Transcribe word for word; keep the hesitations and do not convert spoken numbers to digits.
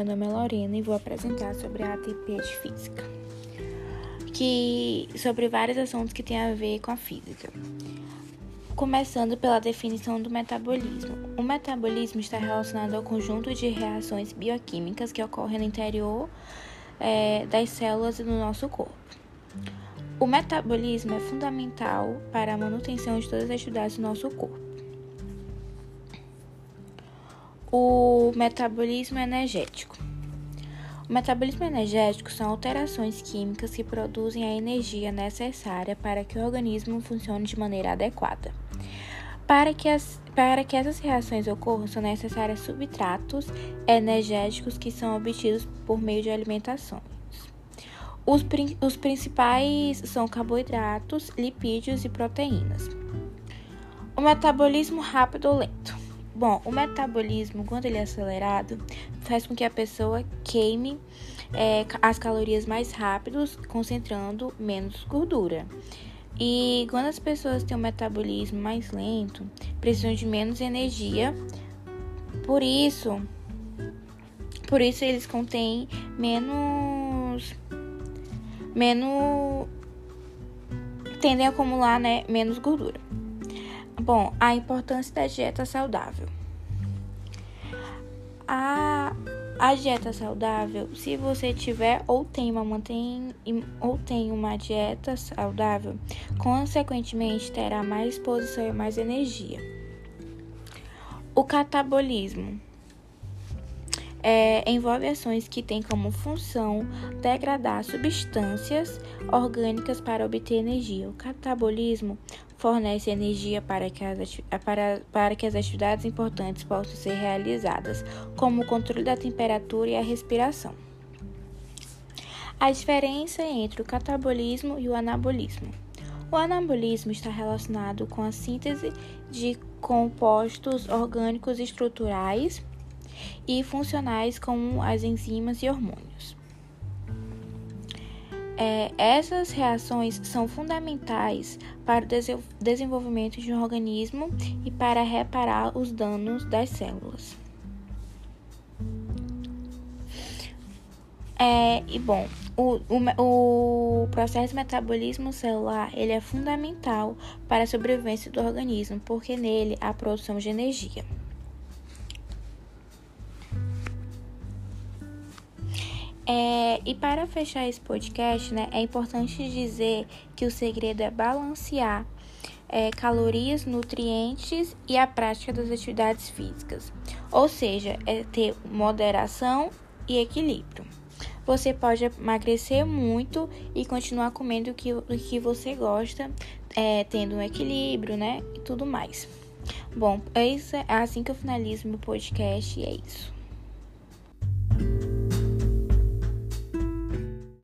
nome é Lorena e vou apresentar sobre a A T P de Física, que sobre vários assuntos que têm a ver com a física. Começando pela definição do metabolismo. O metabolismo está relacionado ao conjunto de reações bioquímicas que ocorrem no interior é, das células do nosso corpo. O metabolismo é fundamental para a manutenção de todas as atividades do nosso corpo. O metabolismo energético. O metabolismo energético são alterações químicas que produzem a energia necessária para que o organismo funcione de maneira adequada. Para que, as, para que essas reações ocorram, são necessários substratos energéticos que são obtidos por meio de alimentação. Os, os principais são carboidratos, lipídios e proteínas. O metabolismo rápido ou lento. Bom, o metabolismo, quando ele é acelerado, faz com que a pessoa queime é, as calorias mais rápidos, concentrando menos gordura. E quando as pessoas têm um metabolismo mais lento, precisam de menos energia, por isso, por isso eles contêm menos, menos, tendem a acumular, né, menos gordura. Bom, a importância da dieta saudável. A, a dieta saudável, se você tiver ou tem uma mantém, ou tem uma dieta saudável, consequentemente terá mais disposição e mais energia. O catabolismo é, envolve ações que têm como função degradar substâncias orgânicas para obter energia. O catabolismo fornece energia para que, as, para, para que as atividades importantes possam ser realizadas, como o controle da temperatura e a respiração. A diferença entre o catabolismo e o anabolismo. O anabolismo está relacionado com a síntese de compostos orgânicos estruturais e funcionais como as enzimas e hormônios. É, essas reações são fundamentais para o des- desenvolvimento de um organismo e para reparar os danos das células. É, e bom, o, o, o processo de metabolismo celular ele é fundamental para a sobrevivência do organismo, porque nele há a produção de energia. É, e para fechar esse podcast, né, é importante dizer que o segredo é balancear é, calorias, nutrientes e a prática das atividades físicas. Ou seja, é ter moderação e equilíbrio. Você pode emagrecer muito e continuar comendo o que, o que você gosta, é, tendo um equilíbrio, né, e tudo mais. Bom, é, isso, é assim que eu finalizo meu podcast e é isso.